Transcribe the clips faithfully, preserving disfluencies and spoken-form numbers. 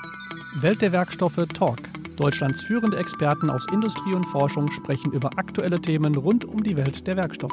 Welt der Werkstoffe Talk. Deutschlands führende Experten aus Industrie und Forschung sprechen über aktuelle Themen rund um die Welt der Werkstoffe.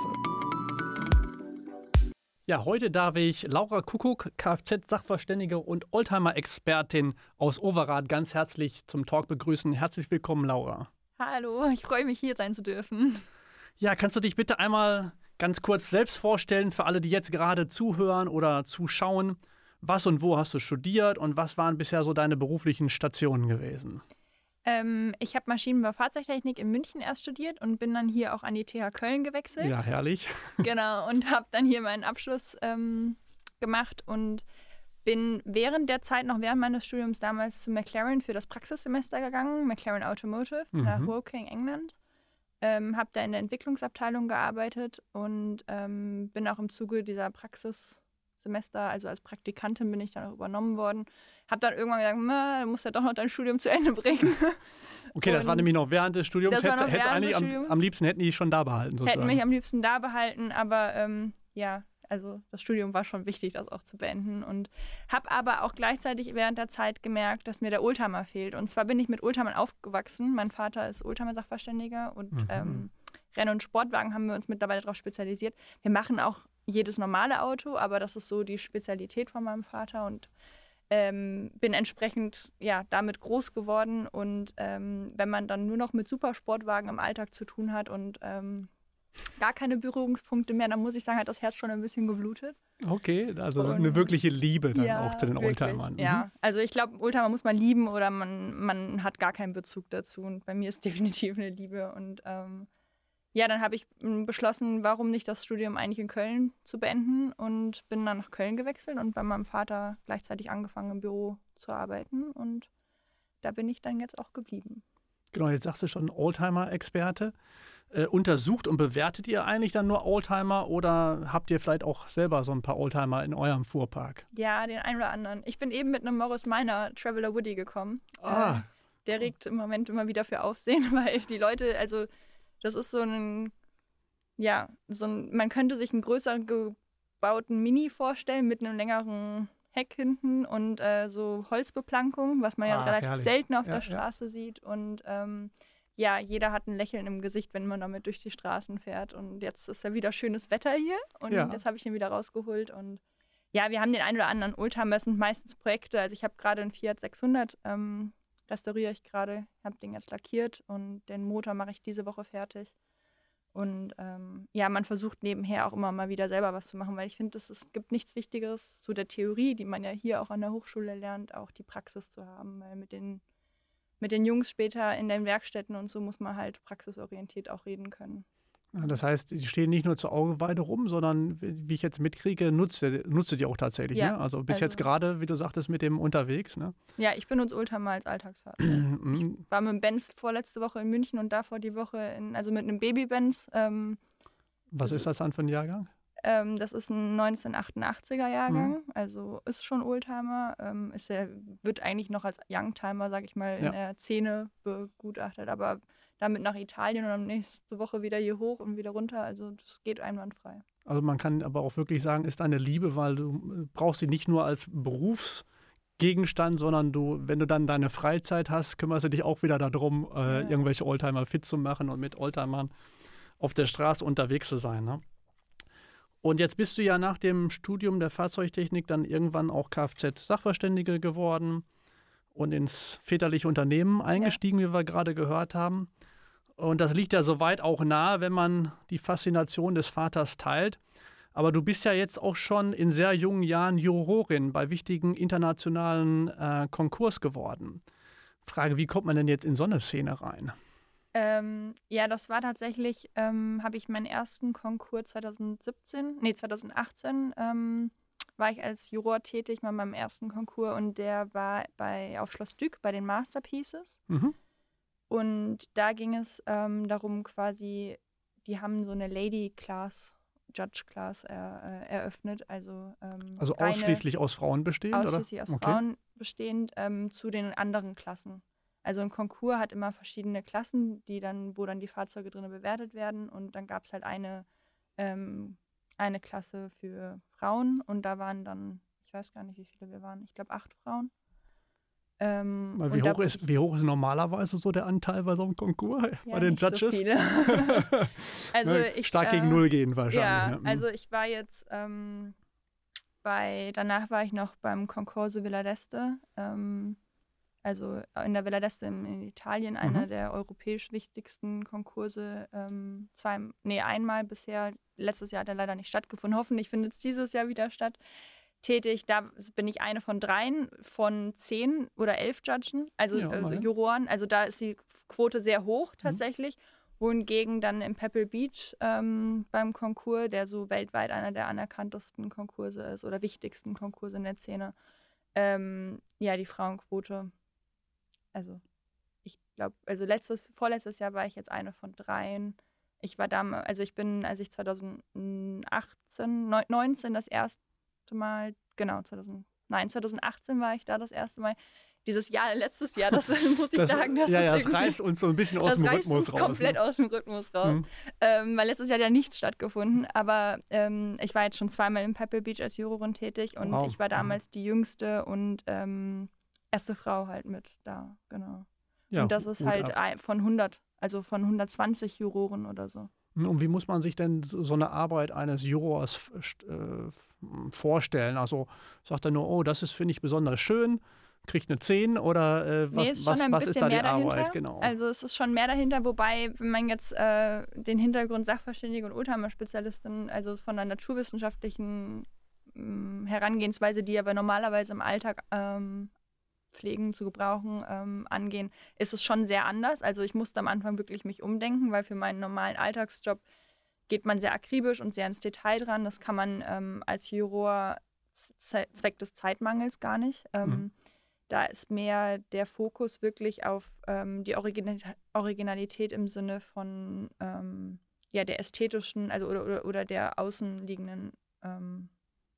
Ja, heute darf ich Laura Kuckuck, Kfz-Sachverständige und Oldtimer-Expertin aus Overath, ganz herzlich zum Talk begrüßen. Herzlich willkommen, Laura. Hallo, ich freue mich, hier sein zu dürfen. Ja, kannst du dich bitte einmal ganz kurz selbst vorstellen für alle, die jetzt gerade zuhören oder zuschauen? Was und wo hast du studiert und was waren bisher so deine beruflichen Stationen gewesen? Ähm, ich habe Maschinenbau Fahrzeugtechnik in München erst studiert und bin dann hier auch an die T H Köln gewechselt. Ja, herrlich. Genau, und habe dann hier meinen Abschluss ähm, gemacht und bin während der Zeit, noch während meines Studiums, damals zu McLaren für das Praxissemester gegangen, McLaren Automotive Mhm. nach Woking, England. Ähm, habe da in der Entwicklungsabteilung gearbeitet und ähm, bin auch im Zuge dieser Praxissemester, also als Praktikantin bin ich dann auch übernommen worden. Habe dann irgendwann gesagt, na, du musst ja doch noch dein Studium zu Ende bringen. Okay, das war nämlich noch während des Studiums. Das war Hättest, noch hättest während eigentlich des am, Studiums. am liebsten hätten die schon da behalten, sozusagen. Hätten mich am liebsten da behalten, aber ähm, ja, also das Studium war schon wichtig, das auch zu beenden. Und habe aber auch gleichzeitig während der Zeit gemerkt, dass mir der Oldtimer fehlt. Und zwar bin ich mit Oldtimern aufgewachsen. Mein Vater ist Oldtimer-Sachverständiger und Mhm. ähm, Renn- und Sportwagen haben wir uns mittlerweile darauf spezialisiert. Wir machen auch jedes normale Auto, aber das ist so die Spezialität von meinem Vater und ähm, bin entsprechend ja, damit groß geworden. Und ähm, wenn man dann nur noch mit Supersportwagen im Alltag zu tun hat und ähm, gar keine Berührungspunkte mehr, dann muss ich sagen, hat das Herz schon ein bisschen geblutet. Okay, also Und eine wirkliche Liebe dann ja, auch zu den wirklich, Oldtimern. Mhm. Ja, also ich glaube, Oldtimer muss man lieben oder man, man hat gar keinen Bezug dazu. Und bei mir ist definitiv eine Liebe. Und ähm, ja, dann habe ich m, beschlossen, warum nicht das Studium eigentlich in Köln zu beenden und bin dann nach Köln gewechselt und bei meinem Vater gleichzeitig angefangen, im Büro zu arbeiten. Und da bin ich dann jetzt auch geblieben. Genau, jetzt sagst du schon Oldtimer-Experte. Äh, untersucht und bewertet ihr eigentlich dann nur Oldtimer oder habt ihr vielleicht auch selber so ein paar Oldtimer in eurem Fuhrpark? Ja, den einen oder anderen. Ich bin eben mit einem Morris Minor Traveler Woody gekommen. Ah. Äh, der regt im Moment immer wieder für Aufsehen, weil die Leute, also das ist so ein, ja, so ein, man könnte sich einen größer gebauten Mini vorstellen mit einem längeren Heck hinten und äh, so Holzbeplankung, was man ja Ah, relativ herrlich. selten auf Ja, der ja. Straße sieht. Und ähm, ja, jeder hat ein Lächeln im Gesicht, wenn man damit durch die Straßen fährt. Und jetzt ist ja wieder schönes Wetter hier und Ja. jetzt habe ich den wieder rausgeholt. Und ja, wir haben den einen oder anderen Oldtimer, das sind meistens Projekte. Also ich habe gerade einen Fiat sechshundert, ähm, restauriere ich gerade, habe den jetzt lackiert und den Motor mache ich diese Woche fertig. Und ähm, ja, man versucht nebenher auch immer mal wieder selber was zu machen, weil ich finde, es gibt nichts Wichtigeres zu der Theorie, die man ja hier auch an der Hochschule lernt, auch die Praxis zu haben. Weil mit den, mit den Jungs später in den Werkstätten und so muss man halt praxisorientiert auch reden können. Ja, das heißt, die stehen nicht nur zur Augenweide rum, sondern wie ich jetzt mitkriege, nutzt ihr, nutzt ihr die auch tatsächlich. Ja, Ne? Also bis also- jetzt gerade, wie du sagtest, mit dem unterwegs. Ne? Ja, ich benutze Oldtimer als Alltagsfahrzeug. Mhm. War mit dem Benz vorletzte Woche in München und davor die Woche, in, also mit einem Baby-Benz. Ähm, Was Das ist das dann für ein Jahrgang? ähm, das ist ein neunzehnhundertachtundachtziger Jahrgang, also ist schon Oldtimer. Ähm, ist der, wird eigentlich noch als Youngtimer, sag ich mal, in Ja. der Szene begutachtet, aber damit nach Italien und dann nächste Woche wieder hier hoch und wieder runter. Also das geht einwandfrei. Also man kann aber auch wirklich sagen, ist eine Liebe, weil du äh, brauchst sie nicht nur als Berufsgegenstand, sondern du, wenn du dann deine Freizeit hast, kümmerst du dich auch wieder darum, äh, Ja. irgendwelche Oldtimer fit zu machen und mit Oldtimern auf der Straße unterwegs zu sein. Ne? Und jetzt bist du ja nach dem Studium der Fahrzeugtechnik dann irgendwann auch Kfz-Sachverständige geworden und ins väterliche Unternehmen eingestiegen, wie wir gerade gehört haben. Und das liegt ja soweit auch nahe, wenn man die Faszination des Vaters teilt. Aber du bist ja jetzt auch schon in sehr jungen Jahren Jurorin bei wichtigen internationalen äh, Konkurs geworden. Frage, wie kommt man denn jetzt in so eine Szene rein? Ähm, ja, das war tatsächlich, ähm, habe ich meinen ersten Konkurs zweitausendsiebzehn, nee, zweitausendachtzehn, ähm, war ich als Juror tätig bei meinem ersten Konkurs und der war bei, auf Schloss Dück bei den Masterpieces. Mhm. Und da ging es ähm, darum quasi, die haben so eine Lady-Class, Judge-Class er, äh, eröffnet, also ähm, Also reine- ausschließlich aus Frauen bestehend, ausschließlich oder? aus Frauen bestehend ähm, zu den anderen Klassen. Also ein Konkurs hat immer verschiedene Klassen, die dann, wo dann die Fahrzeuge drin bewertet werden. Und dann gab es halt eine, ähm, eine Klasse für Frauen und da waren dann, ich weiß gar nicht, wie viele wir waren, ich glaube acht Frauen. Ähm, Weil wie, und hoch ist, wie hoch ist normalerweise so der Anteil bei so einem Konkurs, ja, bei den nicht Judges? So viele. also Ne, ich, stark gegen äh, Null gehen wahrscheinlich. Ja, Ne? Mhm. also ich war jetzt ähm, bei, danach war ich noch beim Concorso Villa d'Este, ähm, also in der Villa d'Este in, in Italien, einer Mhm. der europäisch wichtigsten Konkurse, ähm, zwei, nee, einmal bisher, letztes Jahr hat er leider nicht stattgefunden, hoffentlich findet es dieses Jahr wieder statt, tätig. Da bin ich eine von dreien, von zehn oder elf Judgen, also, Ja, also immerhin. Juroren. Also da ist die Quote sehr hoch Mhm. tatsächlich. Wohingegen dann im Pebble Beach ähm, beim Konkurs, der so weltweit einer der anerkanntesten Konkurse ist oder wichtigsten Konkurse in der Szene, ähm, ja, die Frauenquote, also ich glaube, also letztes, vorletztes Jahr war ich jetzt eine von dreien. Ich war damals, also ich bin, als ich zwanzig achtzehn, neunzehn das erste Mal, genau, zweitausend, nein, zwanzig achtzehn war ich da das erste Mal. Dieses Jahr, letztes Jahr, das muss ich Das, sagen, das ja, ist ja, das irgendwie, reißt uns so ein bisschen aus das dem reißt Rhythmus uns raus. komplett Ne? aus dem Rhythmus raus. Mhm. Ähm, weil letztes Jahr hat ja nichts stattgefunden, aber ähm, ich war jetzt schon zweimal im Pebble Beach als Jurorin tätig und Wow. ich war Mhm. damals die jüngste und ähm, erste Frau halt mit da, genau. Ja, und das ist Hut halt ab. ein- von hundert, also von hundertzwanzig Juroren oder so. Und wie muss man sich denn so so eine Arbeit eines Jurors äh, vorstellen? Also sagt er nur, oh, das ist, finde ich, besonders schön, kriegt eine zehn oder äh, was, Nee, ist was, schon ein was ist bisschen da die mehr dahinter. Arbeit? Genau. Also es ist schon mehr dahinter, wobei, wenn man jetzt äh, den Hintergrund Sachverständige und Oldtimer-Spezialistin, also von einer naturwissenschaftlichen ähm, Herangehensweise, die aber normalerweise im Alltag ähm, pflegen, zu gebrauchen, ähm, angehen, ist es schon sehr anders. Also ich musste am Anfang wirklich mich umdenken, weil für meinen normalen Alltagsjob geht man sehr akribisch und sehr ins Detail dran. Das kann man ähm, als Juror z- Zweck des Zeitmangels gar nicht. Ähm, Mhm. Da ist mehr der Fokus wirklich auf ähm, die Original Originalität im Sinne von ähm, ja, der ästhetischen, also oder, oder, oder der außenliegenden ähm,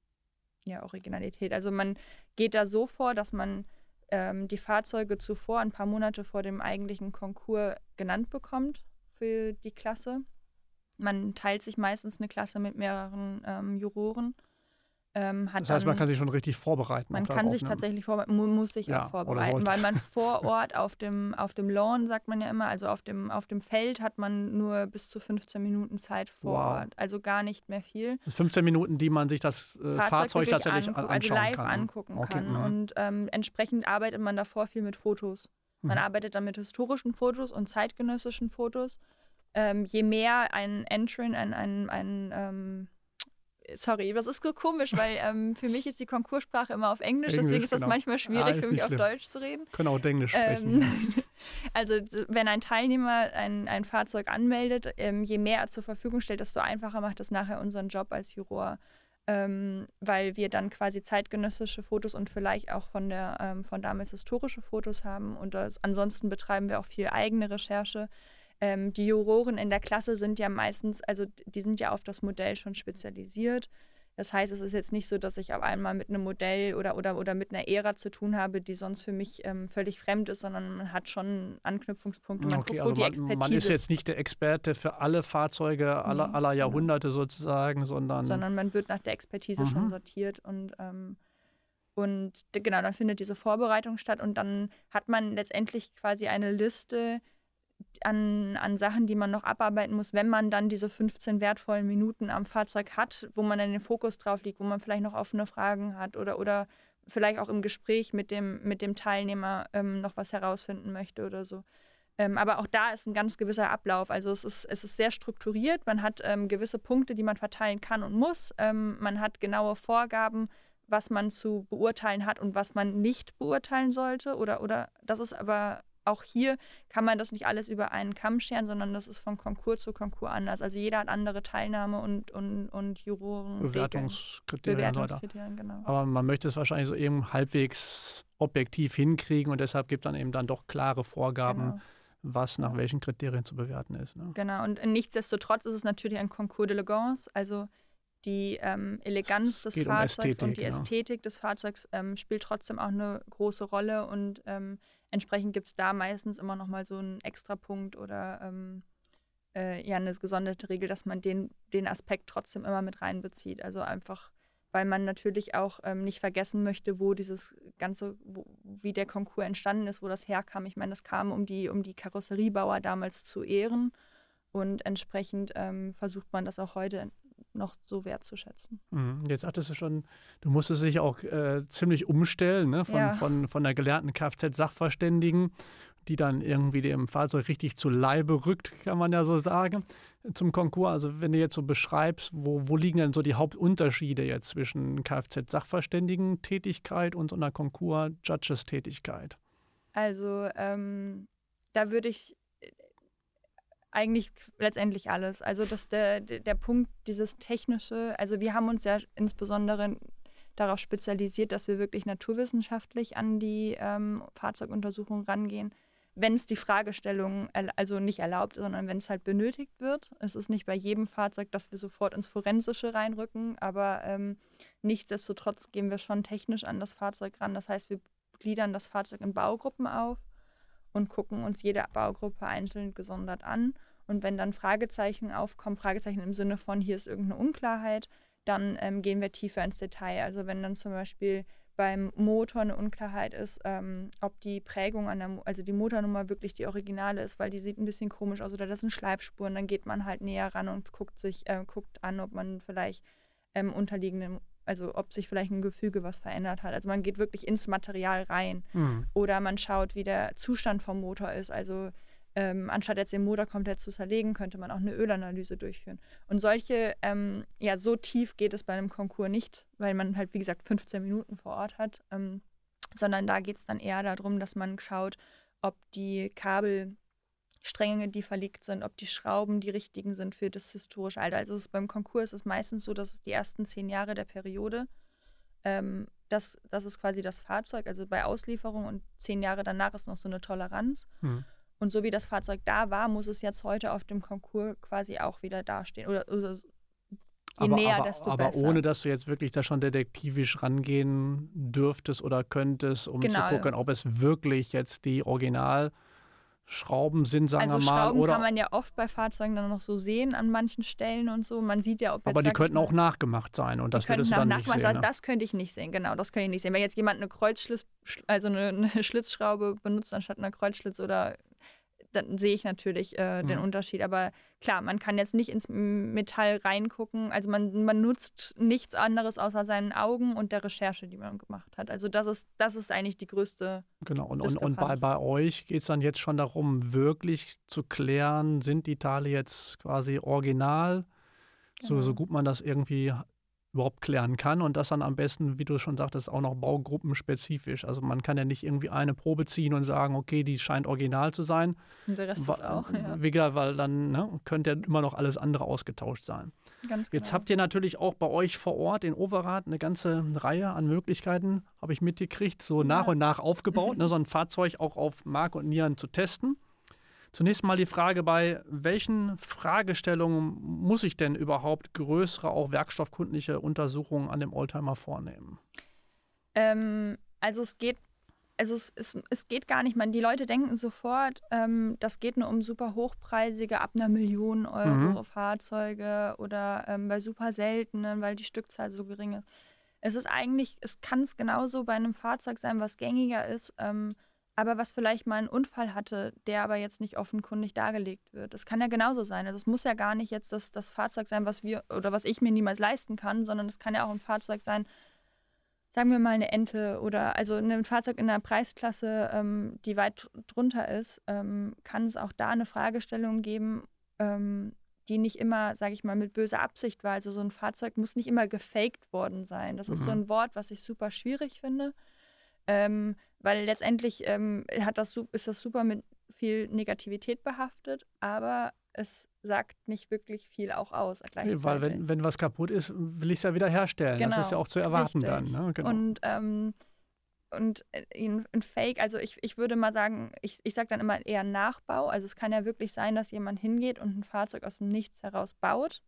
ja, Originalität. Also man geht da so vor, dass man ähm, die Fahrzeuge zuvor, ein paar Monate vor dem eigentlichen Konkurs, genannt bekommt für die Klasse. Man teilt sich meistens eine Klasse mit mehreren ähm, Juroren. Ähm, hat Das heißt, man dann, kann sich schon richtig vorbereiten. man auch kann darauf, sich ne? tatsächlich vorbereiten, mu muss sich Ja, auch oder vorbereiten, sollte. weil man vor Ort auf dem, auf dem Lawn, sagt man ja immer, also auf dem, auf dem Feld hat man nur bis zu fünfzehn Minuten Zeit vor Wow. Ort, also gar nicht mehr viel. Das fünfzehn Minuten, die man sich das äh, Fahrzeug, Fahrzeug wirklich tatsächlich angu- an, also anschauen live kann. ne? angucken Okay, kann. mhm. Und ähm, entsprechend arbeitet man davor viel mit Fotos. Man Mhm. arbeitet dann mit historischen Fotos und zeitgenössischen Fotos. Ähm, je mehr ein Entrant, ein, ein, ein ähm, sorry, das ist so komisch, weil ähm, für mich ist die Konkurssprache immer auf Englisch, Englisch, deswegen ist das genau. manchmal schwierig Ah, ist für mich nicht auf schlimm. Deutsch zu reden. Können auch Englisch sprechen. Ähm, also d- wenn ein Teilnehmer ein, ein Fahrzeug anmeldet, ähm, je mehr er zur Verfügung stellt, desto einfacher macht das nachher unseren Job als Juror, ähm, weil wir dann quasi zeitgenössische Fotos und vielleicht auch von der ähm, von damals historische Fotos haben. Und das, ansonsten betreiben wir auch viel eigene Recherche. Ähm, die Juroren in der Klasse sind ja meistens, also die sind ja auf das Modell schon spezialisiert. Das heißt, es ist jetzt nicht so, dass ich auf einmal mit einem Modell oder, oder, oder mit einer Ära zu tun habe, die sonst für mich ähm, völlig fremd ist, sondern man hat schon Anknüpfungspunkte. Man Okay, guckt, wo also die man, Expertise man ist jetzt nicht der Experte für alle Fahrzeuge aller, Nee, aller genau. Jahrhunderte sozusagen, sondern, sondern man wird nach der Expertise schon Mhm. sortiert und, ähm, und d- genau, dann findet diese Vorbereitung statt und dann hat man letztendlich quasi eine Liste an, an Sachen, die man noch abarbeiten muss, wenn man dann diese fünfzehn wertvollen Minuten am Fahrzeug hat, wo man dann den Fokus drauf liegt, wo man vielleicht noch offene Fragen hat oder, oder vielleicht auch im Gespräch mit dem, mit dem Teilnehmer ähm, noch was herausfinden möchte oder so. Ähm, aber auch da ist ein ganz gewisser Ablauf. Also es ist, es ist sehr strukturiert. Man hat ähm, gewisse Punkte, die man verteilen kann und muss. Ähm, man hat genaue Vorgaben, was man zu beurteilen hat und was man nicht beurteilen sollte. Oder, oder das ist aber auch hier, kann man das nicht alles über einen Kamm scheren, sondern das ist von Konkurs zu Konkurs anders. Also jeder hat andere Teilnahme und, und, und Juroren. Bewertungskriterien und so weiter. Bewertungskriterien, genau. Aber man möchte es wahrscheinlich so eben halbwegs objektiv hinkriegen und deshalb gibt es dann eben dann doch klare Vorgaben, Genau. was nach Ja. welchen Kriterien zu bewerten ist. Ne? Genau, und nichtsdestotrotz ist es natürlich ein Concours d'Elegance, also die ähm, Eleganz Es des geht um Fahrzeugs Ästhetik, und die ne? Ästhetik des Fahrzeugs ähm, spielt trotzdem auch eine große Rolle und ähm, entsprechend gibt es da meistens immer noch mal so einen Extrapunkt oder ähm, äh, ja, eine gesonderte Regel, dass man den, den Aspekt trotzdem immer mit reinbezieht. Also einfach weil man natürlich auch ähm, nicht vergessen möchte, wo dieses ganze, wo, wie der Konkurs entstanden ist, wo das herkam. Ich meine, das kam, um die, um die Karosseriebauer damals zu ehren und entsprechend ähm, versucht man das auch heute noch so wertzuschätzen. Jetzt sagtest du schon, du musstest dich auch äh, ziemlich umstellen, ne? von, Ja. von, von der gelernten Kfz-Sachverständigen, die dann irgendwie dem Fahrzeug richtig zu Leibe rückt, kann man ja so sagen, zum Konkurs. Also wenn du jetzt so beschreibst, wo, wo liegen denn so die Hauptunterschiede jetzt zwischen Kfz-Sachverständigen-Tätigkeit und so einer Konkurs-Judges-Tätigkeit? Also ähm, da würde ich eigentlich letztendlich alles. Also dass der, der, der Punkt, dieses technische, also wir haben uns ja insbesondere darauf spezialisiert, dass wir wirklich naturwissenschaftlich an die ähm, Fahrzeuguntersuchung rangehen, wenn es die Fragestellung also nicht erlaubt, sondern wenn es halt benötigt wird. Es ist nicht bei jedem Fahrzeug, dass wir sofort ins Forensische reinrücken, aber ähm, nichtsdestotrotz gehen wir schon technisch an das Fahrzeug ran. Das heißt, wir gliedern das Fahrzeug in Baugruppen auf und gucken uns jede Baugruppe einzeln gesondert an. Und wenn dann Fragezeichen aufkommen, Fragezeichen im Sinne von, hier ist irgendeine Unklarheit, dann ähm, gehen wir tiefer ins Detail. Also wenn dann zum Beispiel beim Motor eine Unklarheit ist, ähm, ob die Prägung an der, also die Motornummer wirklich die originale ist, weil die sieht ein bisschen komisch aus oder das sind Schleifspuren, dann geht man halt näher ran und guckt sich, äh, guckt an, ob man vielleicht ähm, unterliegende, also ob sich vielleicht ein Gefüge was verändert hat. Also man geht wirklich ins Material rein. Mhm. Oder man schaut, wie der Zustand vom Motor ist. Also ähm, anstatt jetzt den Motor komplett zu zerlegen, könnte man auch eine Ölanalyse durchführen. Und solche, ähm, ja, so tief geht es bei einem Konkurs nicht, weil man halt, wie gesagt, fünfzehn Minuten vor Ort hat, ähm, sondern da geht es dann eher darum, dass man schaut, ob die Kabelstränge, die verlegt sind, ob die Schrauben die richtigen sind für das historische Alter. Also es ist beim Konkurs ist es meistens so, dass es die ersten zehn Jahre der Periode, ähm, das, das ist quasi das Fahrzeug, also bei Auslieferung, und zehn Jahre danach ist noch so eine Toleranz. Hm. Und so wie das Fahrzeug da war, muss es jetzt heute auf dem Konkurs quasi auch wieder dastehen. Oder, oder je aber, näher, aber, desto aber besser. Ohne, dass du jetzt wirklich da schon detektivisch rangehen dürftest oder könntest, um genau. zu gucken, ob es wirklich jetzt die Originalschrauben sind, sagen also wir mal. Schrauben oder kann man ja oft bei Fahrzeugen dann noch so sehen an manchen Stellen und so. Man sieht ja, ob jetzt, aber die könnten mal, auch nachgemacht sein und das würdest du dann nicht sehen. Ne? Das könnte ich nicht sehen, genau, das könnte ich nicht sehen. Wenn jetzt jemand eine Kreuzschlitz, also eine, eine Schlitzschraube benutzt anstatt einer Kreuzschlitz, oder dann sehe ich natürlich äh, den mhm. Unterschied. Aber klar, man kann jetzt nicht ins Metall reingucken. Also man, man nutzt nichts anderes außer seinen Augen und der Recherche, die man gemacht hat. Also das ist, das ist eigentlich die größte Genau, und, und, und bei, bei euch geht es dann jetzt schon darum, wirklich zu klären, sind die Teile jetzt quasi original, genau. so, so gut man das irgendwie überhaupt klären kann, und das dann am besten, wie du schon sagtest, auch noch baugruppenspezifisch. Also man kann ja nicht irgendwie eine Probe ziehen und sagen, okay, die scheint original zu sein. Und der Rest ist auch, ja. Wie gesagt, weil dann ne, könnte ja immer noch alles andere ausgetauscht sein. Ganz genau. Jetzt habt ihr natürlich auch bei euch vor Ort in Overath eine ganze Reihe an Möglichkeiten, habe ich mitgekriegt, so ja. nach und nach aufgebaut, ne, so ein Fahrzeug auch auf Mark und Nieren zu testen. Zunächst mal die Frage, bei welchen Fragestellungen muss ich denn überhaupt größere, auch werkstoffkundliche Untersuchungen an dem Oldtimer vornehmen? Ähm, also es geht, also es, es, es geht gar nicht, man, die Leute denken sofort, ähm, das geht nur um super hochpreisige, ab einer Million Euro mhm. Fahrzeuge oder ähm, bei super seltenen, weil die Stückzahl so gering ist. Es ist eigentlich, es kann es genauso bei einem Fahrzeug sein, was gängiger ist, ähm, aber was vielleicht mal einen Unfall hatte, der aber jetzt nicht offenkundig dargelegt wird. Das kann ja genauso sein. Also es muss ja gar nicht jetzt das, das Fahrzeug sein, was wir oder was ich mir niemals leisten kann, sondern es kann ja auch ein Fahrzeug sein, sagen wir mal eine Ente oder also ein Fahrzeug in einer Preisklasse, ähm, die weit drunter ist, ähm, kann es auch da eine Fragestellung geben, ähm, die nicht immer, sage ich mal, mit böser Absicht war. Also so ein Fahrzeug muss nicht immer gefaked worden sein. Das mhm. ist so ein Wort, was ich super schwierig finde. Ähm, weil letztendlich ähm, hat das, ist das super mit viel Negativität behaftet, aber es sagt nicht wirklich viel auch aus. Weil wenn, wenn was kaputt ist, will ich es ja wieder herstellen. Genau, das ist ja auch zu erwarten richtig. Dann. Ne? Genau. Und, ähm, und ein, ein Fake, also ich, ich würde mal sagen, ich, ich sage dann immer eher Nachbau. Also es kann ja wirklich sein, dass jemand hingeht und ein Fahrzeug aus dem Nichts heraus baut.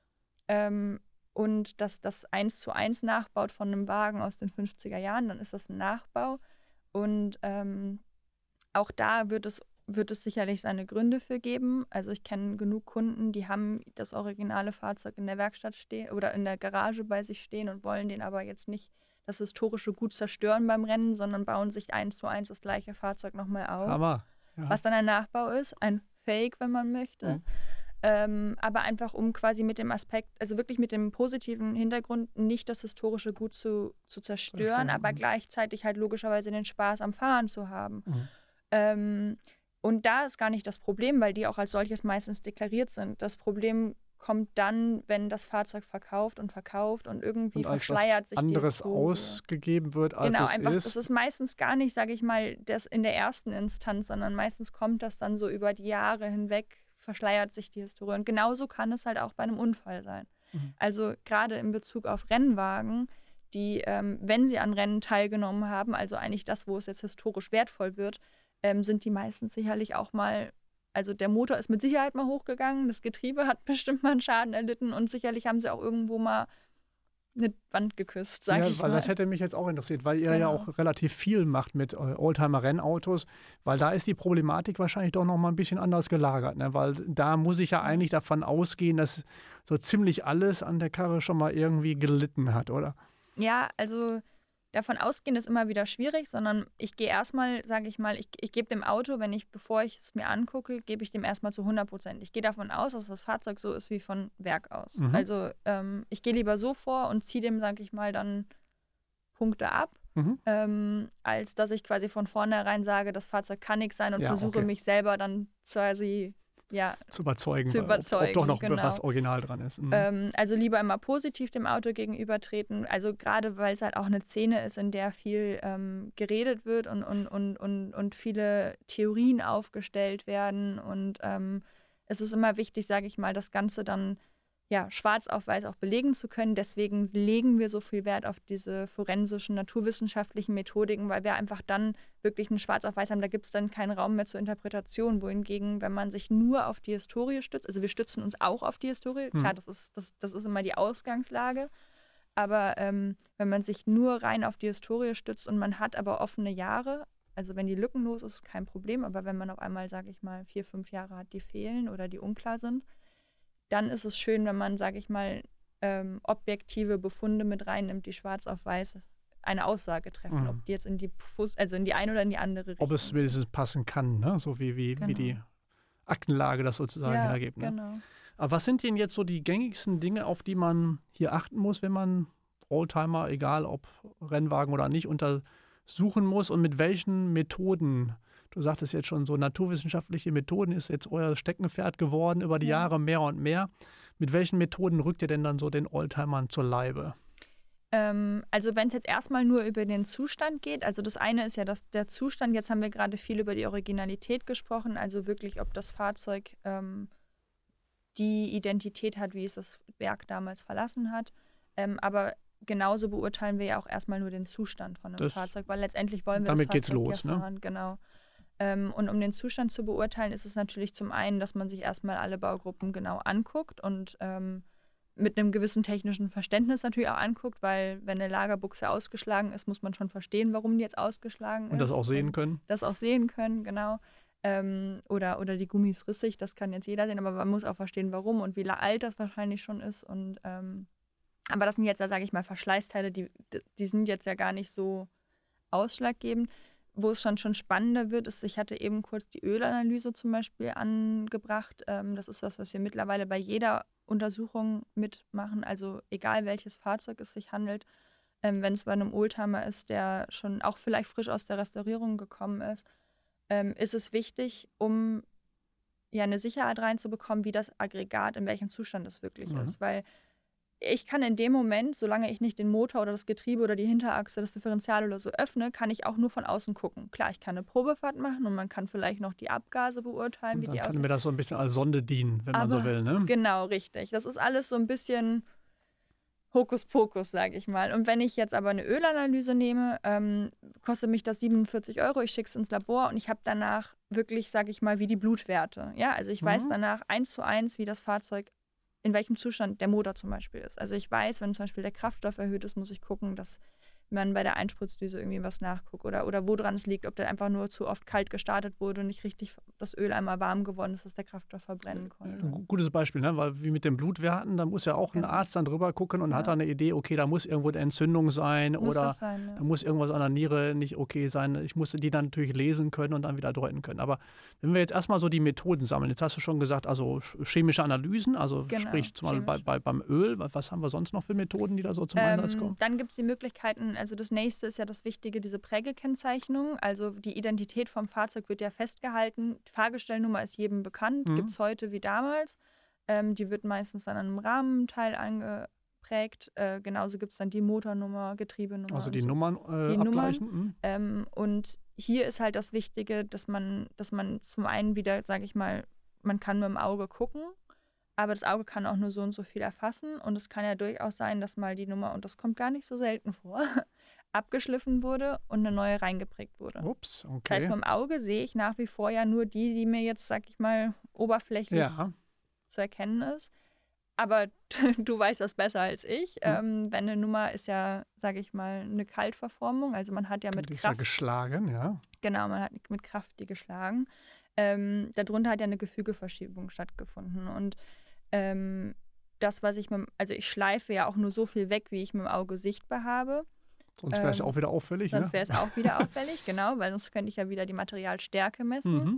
Ähm, und dass das eins zu eins nachbaut von einem Wagen aus den fünfziger Jahren, dann ist das ein Nachbau. Und ähm, auch da wird es wird es sicherlich seine Gründe für geben. Also ich kenne genug Kunden, die haben das originale Fahrzeug in der Werkstatt stehen oder in der Garage bei sich stehen und wollen den aber jetzt nicht das historische Gut zerstören beim Rennen, sondern bauen sich eins zu eins das gleiche Fahrzeug nochmal auf. Hammer. Ja. Was dann ein Nachbau ist, ein Fake, wenn man möchte. Mhm. Ähm, aber einfach um quasi mit dem Aspekt, also wirklich mit dem positiven Hintergrund, nicht das historische Gut zu, zu zerstören, Verstehen. aber mhm. gleichzeitig halt logischerweise den Spaß am Fahren zu haben. Mhm. Ähm, und da ist gar nicht das Problem, weil die auch als solches meistens deklariert sind. Das Problem kommt dann, wenn das Fahrzeug verkauft und verkauft und irgendwie und als verschleiert sich anderes ausgegeben wird, als genau, es einfach, ist. Das ist meistens gar nicht, sage ich mal, das in der ersten Instanz, sondern meistens kommt das dann so über die Jahre hinweg, verschleiert sich die Historie. Und genauso kann es halt auch bei einem Unfall sein. Mhm. Also gerade in Bezug auf Rennwagen, die, ähm, wenn sie an Rennen teilgenommen haben, also eigentlich das, wo es jetzt historisch wertvoll wird, ähm, sind die meistens sicherlich auch mal, also der Motor ist mit Sicherheit mal hochgegangen, das Getriebe hat bestimmt mal einen Schaden erlitten und sicherlich haben sie auch irgendwo mal eine Wand geküsst, sag ja, ich weil mal. Das hätte mich jetzt auch interessiert, weil ihr genau. ja auch relativ viel macht mit Oldtimer-Rennautos, weil da ist die Problematik wahrscheinlich doch noch mal ein bisschen anders gelagert, ne? Weil da muss ich ja eigentlich davon ausgehen, dass so ziemlich alles an der Karre schon mal irgendwie gelitten hat, oder? Ja, also davon ausgehen ist immer wieder schwierig, sondern ich gehe erstmal, sage ich mal, ich, ich gebe dem Auto, wenn ich, bevor ich es mir angucke, gebe ich dem erstmal zu hundert Prozent. Ich gehe davon aus, dass das Fahrzeug so ist wie von Werk aus. Mhm. Also ähm, ich gehe lieber so vor und ziehe dem, sage ich mal, dann Punkte ab, mhm. ähm, als dass ich quasi von vornherein sage, das Fahrzeug kann nichts sein und ja, versuche okay. mich selber dann quasi Ja, zu überzeugen, zu überzeugen ob, ob doch noch genau. was Original dran ist. Mhm. Ähm, also lieber immer positiv dem Auto gegenübertreten, also gerade weil es halt auch eine Szene ist, in der viel ähm, geredet wird und, und, und, und, und viele Theorien aufgestellt werden und ähm, es ist immer wichtig, sage ich mal, das Ganze dann ja, schwarz auf weiß auch belegen zu können. Deswegen legen wir so viel Wert auf diese forensischen, naturwissenschaftlichen Methodiken, weil wir einfach dann wirklich ein Schwarz auf weiß haben. Da gibt es dann keinen Raum mehr zur Interpretation. Wohingegen, wenn man sich nur auf die Historie stützt, also wir stützen uns auch auf die Historie, hm. klar, das ist, das, das ist immer die Ausgangslage, aber ähm, wenn man sich nur rein auf die Historie stützt und man hat aber offene Jahre, also wenn die lückenlos ist, ist kein Problem, aber wenn man auf einmal, sage ich mal, vier, fünf Jahre hat, die fehlen oder die unklar sind, dann ist es schön, wenn man, sage ich mal, ähm, objektive Befunde mit reinnimmt, die schwarz auf weiß eine Aussage treffen, mhm. ob die jetzt in die, also in die eine oder in die andere Richtung. Ob es wenigstens passen kann, ne? So wie, wie, genau. wie die Aktenlage das sozusagen ja, hergibt. Ne? Genau. Aber was sind denn jetzt so die gängigsten Dinge, auf die man hier achten muss, wenn man Oldtimer, egal ob Rennwagen oder nicht, untersuchen muss und mit welchen Methoden? Du sagtest jetzt schon, so naturwissenschaftliche Methoden ist jetzt euer Steckenpferd geworden über die ja. Jahre mehr und mehr. Mit welchen Methoden rückt ihr denn dann so den Oldtimern zur Leibe? Ähm, also wenn es jetzt erstmal nur über den Zustand geht, also das eine ist ja das, der Zustand, jetzt haben wir gerade viel über die Originalität gesprochen, also wirklich, ob das Fahrzeug ähm, die Identität hat, wie es das Werk damals verlassen hat. Ähm, aber genauso beurteilen wir ja auch erstmal nur den Zustand von einem das, Fahrzeug, weil letztendlich wollen wir damit das Fahrzeug geht's los, ja fahren. Ne? Genau. Ähm, und um den Zustand zu beurteilen, ist es natürlich zum einen, dass man sich erstmal alle Baugruppen genau anguckt und ähm, mit einem gewissen technischen Verständnis natürlich auch anguckt, weil wenn eine Lagerbuchse ausgeschlagen ist, muss man schon verstehen, warum die jetzt ausgeschlagen ist. Und das auch sehen können. Das auch sehen können, genau. Ähm, oder, oder die Gummis rissig, das kann jetzt jeder sehen, aber man muss auch verstehen, warum und wie alt das wahrscheinlich schon ist. Und, ähm, aber das sind jetzt, sage ich mal, Verschleißteile, die, die sind jetzt ja gar nicht so ausschlaggebend. Wo es schon, schon spannender wird, ist, ich hatte eben kurz die Ölanalyse zum Beispiel angebracht. Ähm, das ist was, was wir mittlerweile bei jeder Untersuchung mitmachen, also egal welches Fahrzeug es sich handelt. Ähm, wenn es bei einem Oldtimer ist, der schon auch vielleicht frisch aus der Restaurierung gekommen ist, ähm, ist es wichtig, um ja eine Sicherheit reinzubekommen, wie das Aggregat, in welchem Zustand es wirklich mhm. ist. Weil ich kann in dem Moment, solange ich nicht den Motor oder das Getriebe oder die Hinterachse, das Differential oder so öffne, kann ich auch nur von außen gucken. Klar, ich kann eine Probefahrt machen und man kann vielleicht noch die Abgase beurteilen, und wie dann die aussehen. Dann kann mir das so ein bisschen als Sonde dienen, wenn Aber man so will, ne? Genau, richtig. Das ist alles so ein bisschen Hokuspokus, sage ich mal. Und wenn ich jetzt aber eine Ölanalyse nehme, ähm, kostet mich das siebenundvierzig Euro, ich schicke es ins Labor und ich habe danach wirklich, sage ich mal, wie die Blutwerte. Ja, also ich mhm. weiß danach eins zu eins, wie das Fahrzeug in welchem Zustand der Motor zum Beispiel ist. Also ich weiß, wenn zum Beispiel der Kraftstoff erhöht ist, muss ich gucken, dass man bei der Einspritzdüse irgendwie was nachguckt oder, oder woran es liegt, ob der einfach nur zu oft kalt gestartet wurde und nicht richtig das Öl einmal warm geworden ist, dass der Kraftstoff verbrennen konnte. Ein gutes Beispiel, ne? Weil wie mit dem Blutwerten, da muss ja auch genau. ein Arzt dann drüber gucken und ja. hat da eine Idee, okay, da muss irgendwo eine Entzündung sein muss oder sein, ja. da muss irgendwas an der Niere nicht okay sein. Ich musste die dann natürlich lesen können und dann wieder deuten können. Aber wenn wir jetzt erstmal so die Methoden sammeln, jetzt hast du schon gesagt, also chemische Analysen, also genau, sprich zum Beispiel bei, bei, beim Öl, was haben wir sonst noch für Methoden, die da so zum ähm, Einsatz kommen? Dann gibt es die Möglichkeiten, also das nächste ist ja das Wichtige, diese Prägekennzeichnung, also die Identität vom Fahrzeug wird ja festgehalten, die Fahrgestellnummer ist jedem bekannt, mhm. gibt es heute wie damals, ähm, die wird meistens dann an einem Rahmenteil angeprägt, äh, genauso gibt es dann die Motornummer, Getriebenummer. Also die so. Nummern äh, die abgleichen. Nummern, mhm. ähm, und hier ist halt das Wichtige, dass man, dass man zum einen wieder, sage ich mal, man kann mit dem Auge gucken, aber das Auge kann auch nur so und so viel erfassen und es kann ja durchaus sein, dass mal die Nummer, und das kommt gar nicht so selten vor, abgeschliffen wurde und eine neue reingeprägt wurde. Ups, okay. Das heißt, mit dem Auge sehe ich nach wie vor ja nur die, die mir jetzt, sag ich mal, oberflächlich ja. zu erkennen ist. Aber du weißt das besser als ich. Hm. Ähm, wenn eine Nummer ist ja, sag ich mal, eine Kaltverformung, also man hat ja mit die ist Kraft... ja geschlagen, ja. Genau, man hat mit Kraft die geschlagen. Ähm, darunter hat ja eine Gefügeverschiebung stattgefunden und Ähm, das, was ich mit, also ich schleife ja auch nur so viel weg, wie ich mit dem Auge sichtbar habe. Sonst wäre es ähm, ja auch wieder auffällig, Sonst ne? wäre es auch wieder auffällig, genau, weil sonst könnte ich ja wieder die Materialstärke messen. Mhm.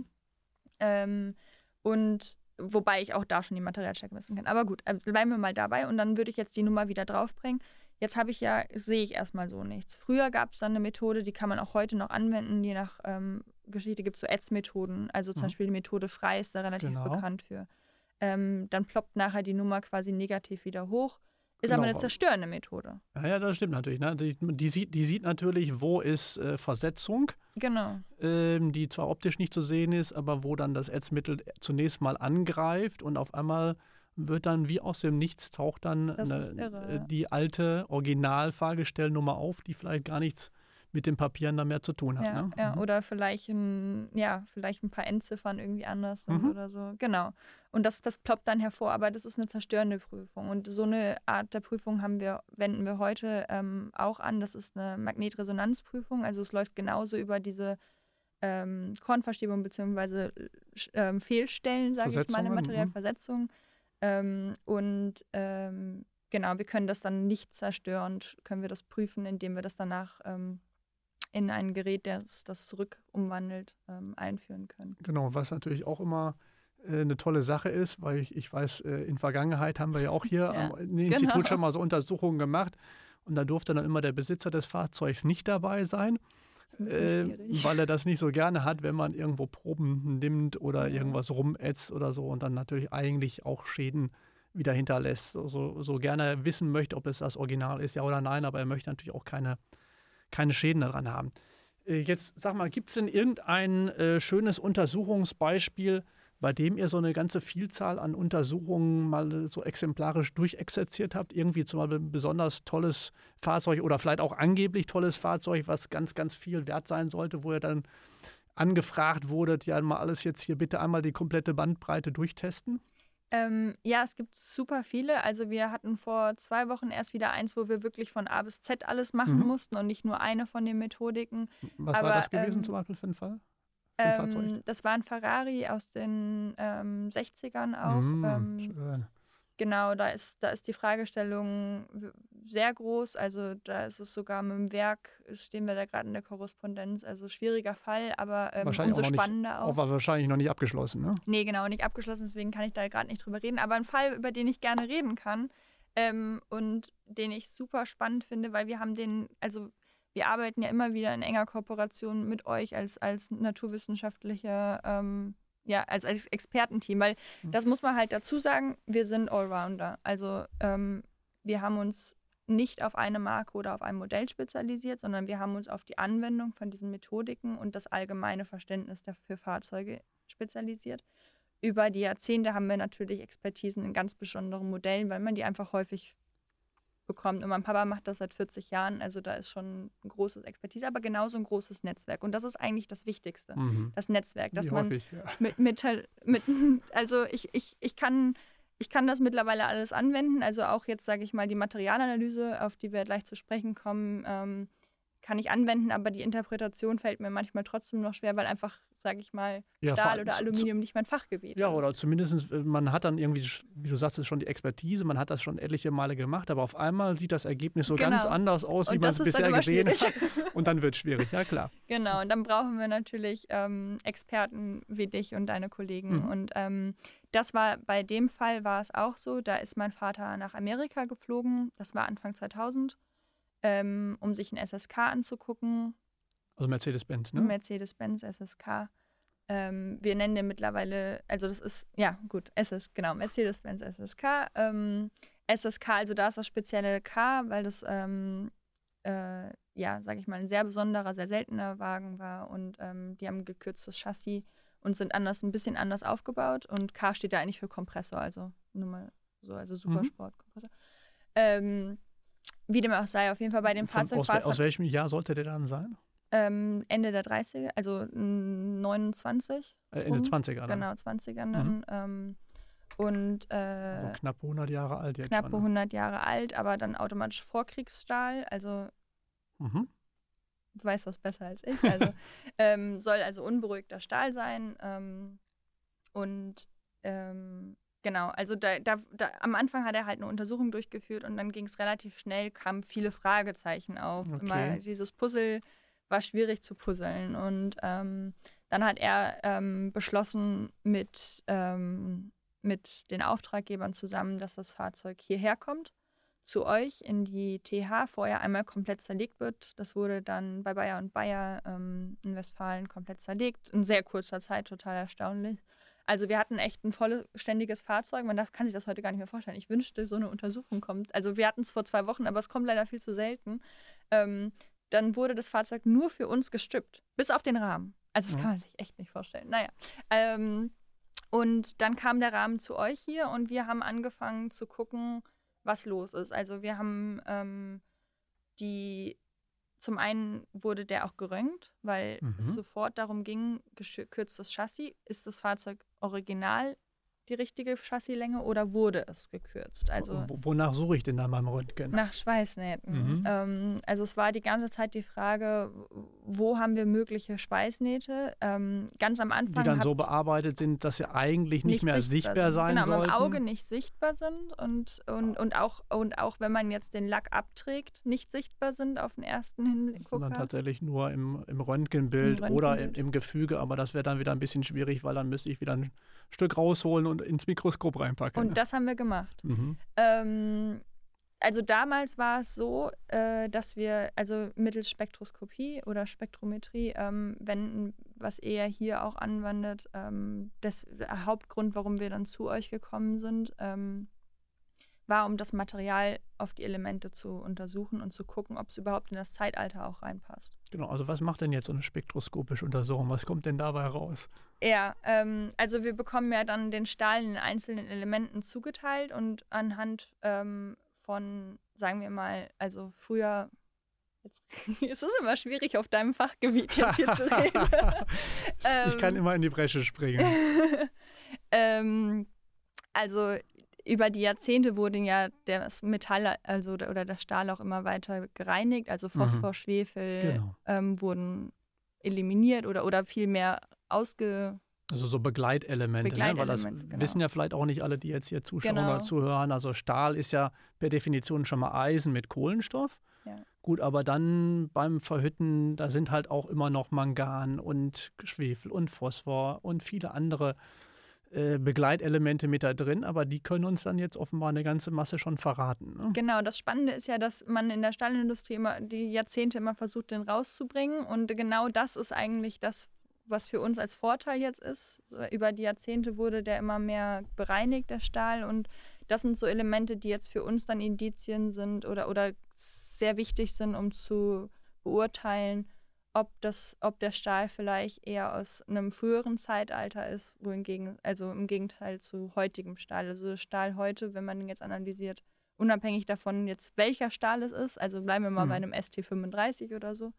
Ähm, und wobei ich auch da schon die Materialstärke messen kann. Aber gut, also bleiben wir mal dabei und dann würde ich jetzt die Nummer wieder draufbringen. Jetzt habe ich ja, sehe ich erstmal so nichts. Früher gab es dann eine Methode, die kann man auch heute noch anwenden, je nach ähm, Geschichte gibt es so Ätzmethoden. Also zum mhm. Beispiel die Methode Frei ist da relativ genau. bekannt für. Ähm, dann ploppt nachher die Nummer quasi negativ wieder hoch. Ist genau. aber eine zerstörende Methode. Ja, ja, das stimmt natürlich. Ne? Die, die, sieht, die sieht natürlich, wo ist äh, Versetzung, genau. ähm, die zwar optisch nicht zu sehen ist, aber wo dann das Ätzmittel zunächst mal angreift und auf einmal wird dann wie aus dem Nichts taucht dann eine, irre, äh, die alte Original-Fahrgestellnummer auf, die vielleicht gar nichts mit den Papieren da mehr zu tun hat. Ja, ne? ja mhm. oder vielleicht ein, ja, vielleicht ein paar Endziffern irgendwie anders sind mhm. oder so. Genau. Und das, das ploppt dann hervor, aber das ist eine zerstörende Prüfung. Und so eine Art der Prüfung haben wir, wenden wir heute ähm, auch an. Das ist eine Magnetresonanzprüfung. Also es läuft genauso über diese ähm, Kornverschiebung bzw. Ähm, Fehlstellen, sage ich mal, in Materialversetzung. Ähm, und ähm, genau, wir können das dann nicht zerstörend, können wir das prüfen, indem wir das danach ähm, in ein Gerät, das das zurück umwandelt, ähm, einführen können. Genau, was natürlich auch immer äh, eine tolle Sache ist, weil ich, ich weiß, äh, in Vergangenheit haben wir ja auch hier ja, am Institut genau. schon mal so Untersuchungen gemacht und da durfte dann immer der Besitzer des Fahrzeugs nicht dabei sein, äh, weil er das nicht so gerne hat, wenn man irgendwo Proben nimmt oder ja. irgendwas rumätzt oder so und dann natürlich eigentlich auch Schäden wieder hinterlässt. So, so gerne er wissen möchte, ob es das Original ist, ja oder nein, aber er möchte natürlich auch keine keine Schäden daran haben. Äh, jetzt sag mal, gibt es denn irgendein äh, schönes Untersuchungsbeispiel, bei dem ihr so eine ganze Vielzahl an Untersuchungen mal so exemplarisch durchexerziert habt? Irgendwie zum Beispiel ein besonders tolles Fahrzeug oder vielleicht auch angeblich tolles Fahrzeug, was ganz, ganz viel wert sein sollte, wo ihr dann angefragt wurdet, ja mal alles jetzt hier bitte einmal die komplette Bandbreite durchtesten? Ähm, ja, es gibt super viele. Also wir hatten vor zwei Wochen erst wieder eins, wo wir wirklich von A bis Z alles machen mhm. mussten und nicht nur eine von den Methodiken. Was Aber, war das gewesen ähm, zum Beispiel für einen Fall? Für ein ähm, Fahrzeug? Das war ein Ferrari aus den ähm, sechzigern auch. Mhm, ähm, schön. Genau, da ist, da ist die Fragestellung sehr groß. Also da ist es sogar mit dem Werk, stehen wir da gerade in der Korrespondenz. Also schwieriger Fall, aber ähm, umso auch spannender nicht, auch. Auch war wahrscheinlich noch nicht abgeschlossen, ne? Nee, genau, nicht abgeschlossen, deswegen kann ich da gerade nicht drüber reden. Aber ein Fall, über den ich gerne reden kann ähm, und den ich super spannend finde, weil wir haben den, also wir arbeiten ja immer wieder in enger Kooperation mit euch als, als naturwissenschaftlicher ähm, ja, als, als Expertenteam, weil das muss man halt dazu sagen, wir sind Allrounder. Also ähm, wir haben uns nicht auf eine Marke oder auf ein Modell spezialisiert, sondern wir haben uns auf die Anwendung von diesen Methodiken und das allgemeine Verständnis für Fahrzeuge spezialisiert. Über die Jahrzehnte haben wir natürlich Expertisen in ganz besonderen Modellen, weil man die einfach häufig bekommt. Und mein Papa macht das seit vierzig Jahren, also da ist schon ein großes Expertise, aber genauso ein großes Netzwerk. Und das ist eigentlich das Wichtigste, mhm. das Netzwerk, dass Wie man häufig, ja. mit, mit, mit, also ich, ich, ich kann, ich kann das mittlerweile alles anwenden, also auch jetzt, sage ich mal, die Materialanalyse, auf die wir gleich zu sprechen kommen, ähm, kann ich anwenden, aber die Interpretation fällt mir manchmal trotzdem noch schwer, weil einfach, sage ich mal, Ja, vor Stahl allem oder zu- Aluminium nicht mein Fachgebiet Ja, ist. oder zumindest, äh, man hat dann irgendwie, wie du sagst, schon die Expertise, man hat das schon etliche Male gemacht, aber auf einmal sieht das Ergebnis so ganz Genau. anders aus, wie Und man das es ist dann bisher immer gesehen schwierig. hat. Und dann wird es schwierig, ja klar. Genau, und dann brauchen wir natürlich ähm, Experten wie dich und deine Kollegen. Mhm. Und ähm, das war, bei dem Fall war es auch so, da ist mein Vater nach Amerika geflogen, das war Anfang zweitausend, ähm, um sich ein S S K anzugucken, Also Mercedes-Benz, ein ne? Mercedes-Benz S S K. Ähm, wir nennen den mittlerweile, also das ist, ja gut, S S, genau, Mercedes-Benz S S K. Ähm, S S K, also da ist das spezielle K, weil das, ähm, äh, ja, sag ich mal, ein sehr besonderer, sehr seltener Wagen war und ähm, die haben ein gekürztes Chassis und sind anders, ein bisschen anders aufgebaut und K steht da eigentlich für Kompressor, also nur mal so, also Supersport-Kompressor. Ähm, wie dem auch sei, auf jeden Fall bei dem Von, Fahrzeug aus, war wel- aus welchem Jahr sollte der dann sein? ähm, Ende der dreißiger, also mm, neunundzwanzig. Äh, Ende rum. zwanziger dann. Genau, zwanzigern dann. Ähm, und äh, Also knapp hundert Jahre alt jetzt knappe schon. Ne? hundert Jahre alt, aber dann automatisch Vorkriegsstahl. Also Mhm. du weißt das besser als ich. Also ähm, soll also unberuhigter Stahl sein. Ähm, und ähm, genau, also da, da, da, am Anfang hat er halt eine Untersuchung durchgeführt und dann ging es relativ schnell, kamen viele Fragezeichen auf. Okay. Immer dieses Puzzle war schwierig zu puzzeln. Und ähm, dann hat er ähm, beschlossen mit, ähm, mit den Auftraggebern zusammen, dass das Fahrzeug hierher kommt, zu euch in die T H, vorher einmal komplett zerlegt wird. Das wurde dann bei Bayer und Bayer ähm, in Westfalen komplett zerlegt. In sehr kurzer Zeit, total erstaunlich. Also wir hatten echt ein vollständiges Fahrzeug. Man darf, kann sich das heute gar nicht mehr vorstellen. Ich wünschte, so eine Untersuchung kommt. Also wir hatten es vor zwei Wochen, aber es kommt leider viel zu selten. Ähm, dann wurde das Fahrzeug nur für uns gestückt, bis auf den Rahmen. Also das Ja. kann man sich echt nicht vorstellen. Naja, ähm, und dann kam der Rahmen zu euch hier und wir haben angefangen zu gucken, was los ist. Also wir haben ähm, die, zum einen wurde der auch geröntgt, weil Mhm. es sofort darum ging, gekürztes Chassis, ist das Fahrzeug original die richtige Chassislänge oder wurde es gekürzt? Also Wo- Wonach suche ich denn da beim Röntgen? nach Schweißnähten. Mhm. Ähm, also es war die ganze Zeit die Frage, wo haben wir mögliche Schweißnähte? Ähm, ganz am Anfang Die dann so habt- bearbeitet sind, dass sie eigentlich nicht, mehr sichtbar, sind. sein genau, sollten. mit dem Auge nicht sichtbar sind und, und, und, auch, und auch wenn man jetzt den Lack abträgt, nicht sichtbar sind auf den ersten Sondern Hingucker. tatsächlich nur im, im Röntgenbild Im oder im, Röntgenbild. im Gefüge, aber das wäre dann wieder ein bisschen schwierig, weil dann müsste ich wieder ein Stück rausholen und ins Mikroskop reinpacken. Und das haben wir gemacht. Mhm. Ähm, also damals war es so, äh, dass wir also mittels Spektroskopie oder Spektrometrie ähm, wenden, was er hier auch anwendet. Ähm, das, der Hauptgrund, warum wir dann zu euch gekommen sind, ähm, war, um das Material auf die Elemente zu untersuchen und zu gucken, ob es überhaupt in das Zeitalter auch reinpasst. Genau, also was macht denn jetzt so eine spektroskopische Untersuchung? Was kommt denn dabei raus? Ja, ähm, also wir bekommen ja dann den Stahl in den einzelnen Elementen zugeteilt und anhand ähm, von, sagen wir mal, also früher, jetzt, es ist immer schwierig auf deinem Fachgebiet jetzt hier zu reden. Ich kann Ähm, immer in die Bresche springen. ähm, also über die Jahrzehnte wurde ja das Metall, also oder der Stahl auch immer weiter gereinigt, also Phosphor, Mhm. Schwefel Genau. ähm, wurden eliminiert oder, oder viel mehr ausge Also so Begleitelemente, ne? Weil das Begleitelemente, genau. wissen ja vielleicht auch nicht alle, die jetzt hier zuschauen Genau. oder zuhören. Also Stahl ist ja per Definition schon mal Eisen mit Kohlenstoff. Ja. Gut, aber dann beim Verhütten, da sind halt auch immer noch Mangan und Schwefel und Phosphor und viele andere äh, Begleitelemente mit da drin, aber die können uns dann jetzt offenbar eine ganze Masse schon verraten. Ne? Genau, das Spannende ist ja, dass man in der Stahlindustrie immer die Jahrzehnte immer versucht, den rauszubringen. Und genau das ist eigentlich das, was für uns als Vorteil jetzt ist. So, über die Jahrzehnte wurde der immer mehr bereinigt, der Stahl. Und das sind so Elemente, die jetzt für uns dann Indizien sind oder, oder sehr wichtig sind, um zu beurteilen, ob, das, ob der Stahl vielleicht eher aus einem früheren Zeitalter ist, wohingegen, also im Gegenteil zu heutigem Stahl. Also Stahl heute, wenn man den jetzt analysiert, unabhängig davon jetzt welcher Stahl es ist, also bleiben wir mal Mhm. bei einem S T fünfunddreißig oder so,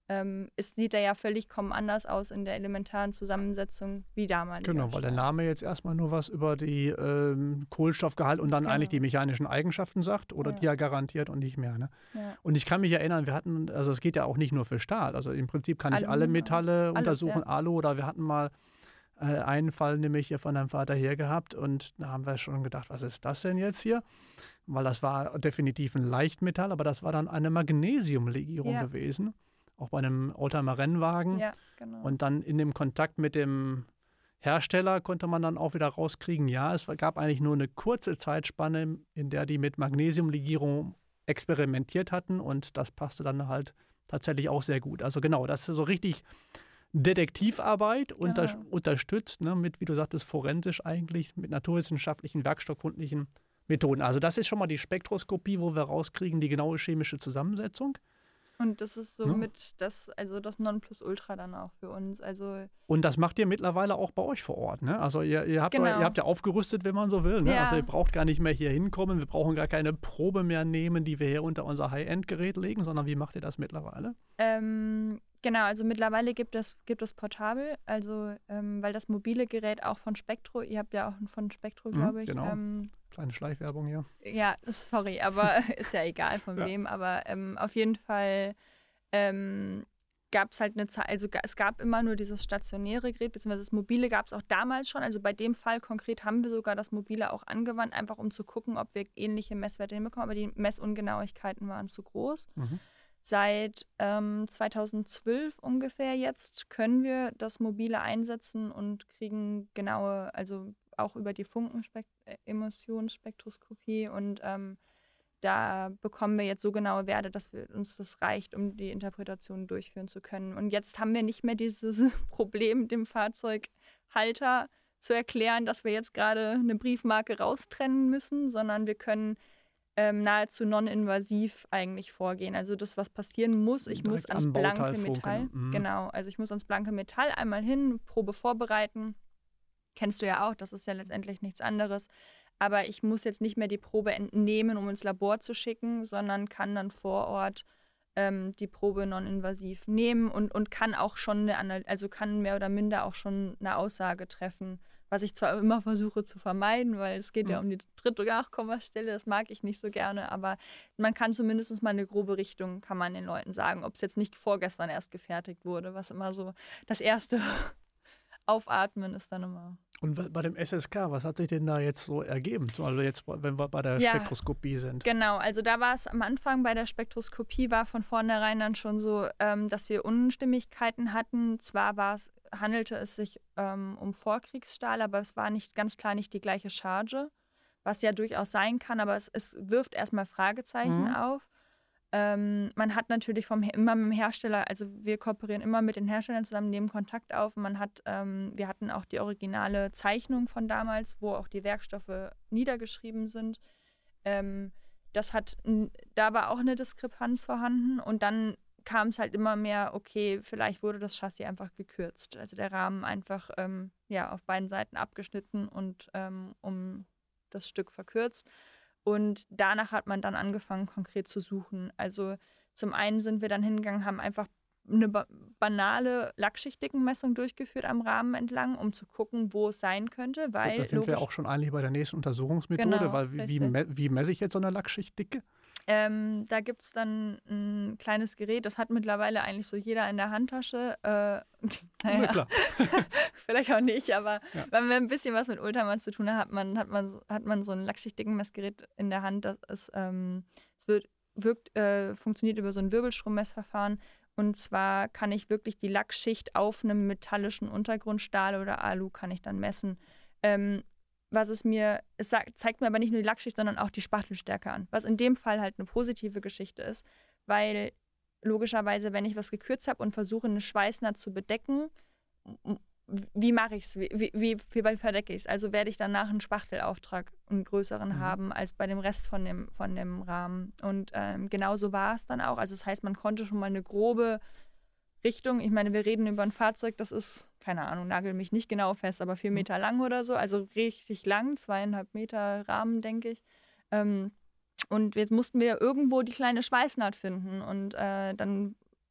ähm, es sieht er ja völlig kaum anders aus in der elementaren Zusammensetzung wie damals. Genau, weil der Name jetzt erstmal nur was über die ähm, Kohlenstoffgehalt und dann Genau. eigentlich die mechanischen Eigenschaften sagt oder Ja. die ja garantiert und nicht mehr. Ne? Ja. Und ich kann mich erinnern, wir hatten, also es geht ja auch nicht nur für Stahl, also im Prinzip kann ich Alu, alle ja. Metalle Alles, untersuchen, ja. Alu, oder wir hatten mal äh, einen Fall nämlich hier von deinem Vater hier gehabt und da haben wir schon gedacht, was ist das denn jetzt hier? Weil das war definitiv ein Leichtmetall, aber das war dann eine Magnesiumlegierung Ja. gewesen, auch bei einem Oldtimer-Rennwagen. Ja, genau. Und dann in dem Kontakt mit dem Hersteller konnte man dann auch wieder rauskriegen, ja, es gab eigentlich nur eine kurze Zeitspanne, in der die mit Magnesiumlegierung experimentiert hatten und das passte dann halt tatsächlich auch sehr gut. Also genau, das ist so richtig Detektivarbeit unter, Genau. unterstützt, ne, mit, wie du sagtest, forensisch eigentlich, mit naturwissenschaftlichen, werkstoffkundlichen Methoden. Also das ist schon mal die Spektroskopie, wo wir rauskriegen, die genaue chemische Zusammensetzung. Und das ist so Ja. mit das, also das Nonplusultra dann auch für uns. Also Und das macht ihr mittlerweile auch bei euch vor Ort, ne? Also ihr, ihr, habt, Genau. ihr habt ja aufgerüstet, wenn man so will, ne? Ja. Also ihr braucht gar nicht mehr hier hinkommen, wir brauchen gar keine Probe mehr nehmen, die wir hier unter unser High-End-Gerät legen, sondern wie macht ihr das mittlerweile? ähm, genau, also mittlerweile gibt es gibt es portabel, also ähm, weil das mobile Gerät auch von Spektro, ihr habt ja auch von Spektro, Mhm, glaube ich. genau. Ähm, Kleine Schleichwerbung hier. ja, sorry, aber ist ja egal von Ja. wem, aber ähm, auf jeden Fall ähm, gab es halt eine Zeit, also ga- es gab immer nur dieses stationäre Gerät, beziehungsweise das mobile gab es auch damals schon. Also bei dem Fall konkret haben wir sogar das mobile auch angewandt, einfach um zu gucken, ob wir ähnliche Messwerte hinbekommen, aber die Messungenauigkeiten waren zu groß. Mhm. Seit ähm, zweitausendzwölf ungefähr jetzt können wir das mobile einsetzen und kriegen genaue, also auch über die Funken-Emissionsspektroskopie und ähm, da bekommen wir jetzt so genaue Werte, dass wir, uns das reicht, um die Interpretation durchführen zu können. Und jetzt haben wir nicht mehr dieses Problem, dem Fahrzeughalter zu erklären, dass wir jetzt gerade eine Briefmarke raustrennen müssen, sondern wir können ähm, nahezu non-invasiv eigentlich vorgehen. Also das, was passieren muss, ich muss Direkt ans am Bauteil blanke funken, Metall, mhm. genau, also ich muss ans blanke Metall einmal hin, Probe vorbereiten. Kennst du ja auch, das ist ja letztendlich nichts anderes. Aber ich muss jetzt nicht mehr die Probe entnehmen, um ins Labor zu schicken, sondern kann dann vor Ort ähm, die Probe non-invasiv nehmen und, und kann auch schon eine, Anal- also kann mehr oder minder auch schon eine Aussage treffen, was ich zwar immer versuche zu vermeiden, weil es geht ja Mhm. um die dritte Nachkommastelle, das mag ich nicht so gerne, aber man kann zumindest mal eine grobe Richtung, kann man den Leuten sagen, ob es jetzt nicht vorgestern erst gefertigt wurde, was immer so das erste Aufatmen ist dann immer. Und wa- bei dem S S K, was hat sich denn da jetzt so ergeben? So, Also jetzt, wenn wir bei der Ja. Spektroskopie sind. Genau, also da war es am Anfang bei der Spektroskopie war von vornherein dann schon so, ähm, dass wir Unstimmigkeiten hatten. Zwar war es, handelte es sich ähm, um Vorkriegsstahl, aber es war nicht ganz klar nicht die gleiche Charge, was ja durchaus sein kann, aber es, es wirft erstmal Fragezeichen Mhm. auf. Ähm, man hat natürlich vom, Her- immer mit dem Hersteller, also wir kooperieren immer mit den Herstellern zusammen, nehmen Kontakt auf. Man hat, ähm, wir hatten auch die originale Zeichnung von damals, wo auch die Werkstoffe niedergeschrieben sind. Ähm, das hat, n- da war auch eine Diskrepanz vorhanden und dann kam es halt immer mehr, okay, vielleicht wurde das Chassis einfach gekürzt. Also der Rahmen einfach ähm, ja, auf beiden Seiten abgeschnitten und ähm, um das Stück verkürzt. Und danach hat man dann angefangen, konkret zu suchen. Also zum einen sind wir dann hingegangen, haben einfach eine ba banale Lackschichtdickenmessung durchgeführt am Rahmen entlang, um zu gucken, wo es sein könnte, Ich weil glaub, da sind wir logisch, auch schon eigentlich bei der nächsten Untersuchungsmethode, Genau, weil wie, wie, richtig. me wie messe ich jetzt so eine Lackschichtdicke? ähm, da gibt es dann ein kleines Gerät, das hat mittlerweile eigentlich so jeder in der Handtasche. Äh, Na naja, klar. vielleicht auch nicht, aber Ja. wenn man ein bisschen was mit Ultraman zu tun hat, hat man, hat man, hat man so ein Lackschichtdickenmessgerät in der Hand. Das ist, ähm, es wird, wirkt, äh, funktioniert über so ein Wirbelstrommessverfahren. Und zwar kann ich wirklich die Lackschicht auf einem metallischen Untergrund, Stahl oder Alu, kann ich dann messen. Ähm, was es mir, es sagt, zeigt mir aber nicht nur die Lackschicht, sondern auch die Spachtelstärke an. Was in dem Fall halt eine positive Geschichte ist, weil logischerweise, wenn ich was gekürzt habe und versuche, eine Schweißnaht zu bedecken, m- wie mache ich es? Wie, wie, wie wie verdecke ich es? Also werde ich danach einen Spachtelauftrag, einen größeren Mhm. haben als bei dem Rest von dem, von dem Rahmen. Und ähm, genau so war es dann auch. Also das heißt, man konnte schon mal eine grobe Richtung, ich meine, wir reden über ein Fahrzeug, das ist, keine Ahnung, nagel mich nicht genau fest, aber vier Meter lang oder so, also richtig lang, zweieinhalb Meter Rahmen, denke ich. Ähm, und jetzt mussten wir irgendwo die kleine Schweißnaht finden und äh, dann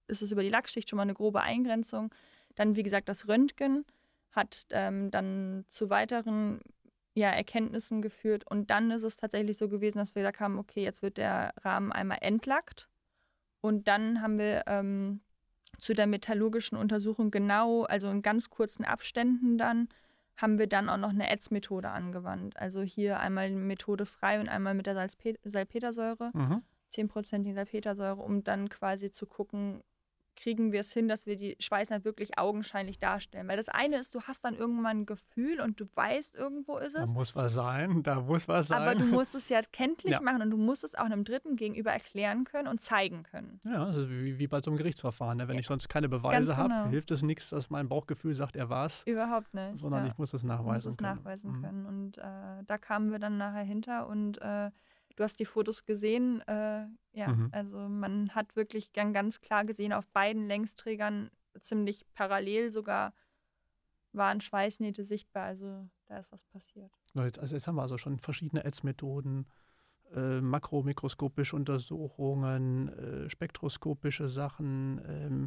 ist es über die Lackschicht schon mal eine grobe Eingrenzung. Dann, wie gesagt, das Röntgen hat ähm, dann zu weiteren ja, Erkenntnissen geführt. Und dann ist es tatsächlich so gewesen, dass wir gesagt haben, okay, jetzt wird der Rahmen einmal entlackt. Und dann haben wir ähm, zu der metallurgischen Untersuchung genau, also in ganz kurzen Abständen dann, haben wir dann auch noch eine Ätzmethode angewandt. Also hier einmal Methode frei und einmal mit der Salzpe- Salpetersäure, Mhm. zehnprozentige Salpetersäure, um dann quasi zu gucken, kriegen wir es hin, dass wir die Schweißnaht wirklich augenscheinlich darstellen. Weil das eine ist, du hast dann irgendwann ein Gefühl und du weißt, irgendwo ist Da es. muss was sein, da muss was sein. Aber du musst es ja kenntlich Ja. machen und du musst es auch einem Dritten gegenüber erklären können und zeigen können. Ja, das ist wie, wie bei so einem Gerichtsverfahren. Ne? Wenn Ja, ich sonst keine Beweise ganz habe, genau. hilft es nichts, dass mein Bauchgefühl sagt, er war es, Überhaupt nicht. sondern ja. ich muss es Du musst nachweisen es können. nachweisen Mhm. können. Und äh, da kamen wir dann nachher hinter und äh, du hast die Fotos gesehen. Äh, ja, Mhm. also man hat wirklich dann ganz klar gesehen, auf beiden Längsträgern ziemlich parallel sogar waren Schweißnähte sichtbar. Also da ist was passiert. So, Jetzt, also jetzt haben wir also schon verschiedene Ätzmethoden, äh, makromikroskopische Untersuchungen, äh, spektroskopische Sachen. Ähm,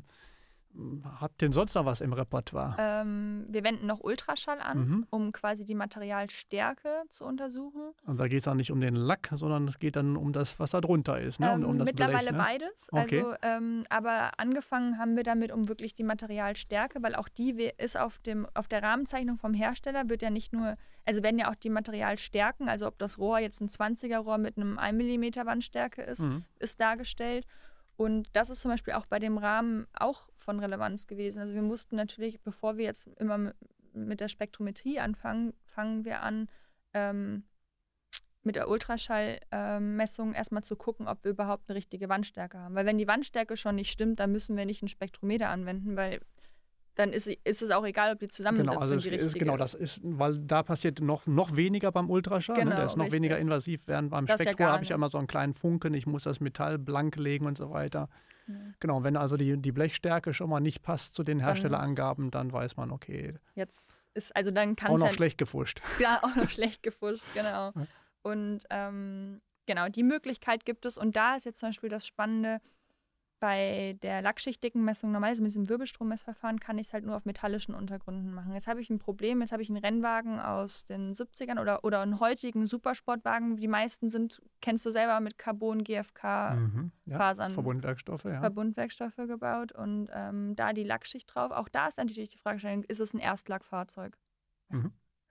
habt ihr denn sonst noch was im Repertoire? Ähm, wir wenden noch Ultraschall an, Mhm. um quasi die Materialstärke zu untersuchen. Und da geht es auch nicht um den Lack, sondern es geht dann um das, was da drunter ist, ne? um, Ähm, um das mittlerweile Blech. Ne? beides. Okay. Also, ähm, aber angefangen haben wir damit um wirklich die Materialstärke, weil auch die we- ist auf, dem, auf der Rahmenzeichnung vom Hersteller, wird ja nicht nur, also werden ja auch die Materialstärken, also ob das Rohr jetzt ein zwanziger Rohr mit einem ein Millimeter Wandstärke ist, Mhm. ist dargestellt. Und das ist zum Beispiel auch bei dem Rahmen auch von Relevanz gewesen. Also wir mussten natürlich, bevor wir jetzt immer m- mit der Spektrometrie anfangen, fangen wir an, ähm, mit der Ultraschallmessung erstmal zu gucken, ob wir überhaupt eine richtige Wandstärke haben. Weil wenn die Wandstärke schon nicht stimmt, dann müssen wir nicht einen Spektrometer anwenden, weil dann ist, ist es auch egal, ob die Zusammensetzung Genau, also es die richtige ist, genau, ist. das ist, weil da passiert noch, noch weniger beim Ultraschall, ne? Genau, Der ist noch richtig. weniger invasiv, während beim Das ja Spektro gar habe ich ja nicht. immer so einen kleinen Funken, ich muss das Metall blank legen und so weiter. Ja. Genau, wenn also die, die Blechstärke schon mal nicht passt zu den Dann- Herstellerangaben, dann weiß man, okay, Jetzt ist, also dann kann auch es noch ja schlecht gefuscht. ja, auch noch schlecht gefuscht, genau. Ja. Und ähm, genau, die Möglichkeit gibt es. Und da ist jetzt zum Beispiel das Spannende, bei der Lackschichtdickenmessung, normalerweise mit diesem Wirbelstrommessverfahren, kann ich es halt nur auf metallischen Untergründen machen. Jetzt habe ich ein Problem, jetzt habe ich einen Rennwagen aus den siebzigern oder, oder einen heutigen Supersportwagen. Die meisten sind, kennst du selber, mit Carbon, G F K, Mhm. Ja, Fasern. Verbundwerkstoffe, ja. Verbundwerkstoffe gebaut und ähm, da die Lackschicht drauf. Auch da ist natürlich die Fragestellung, ist es ein Erstlackfahrzeug? Mhm.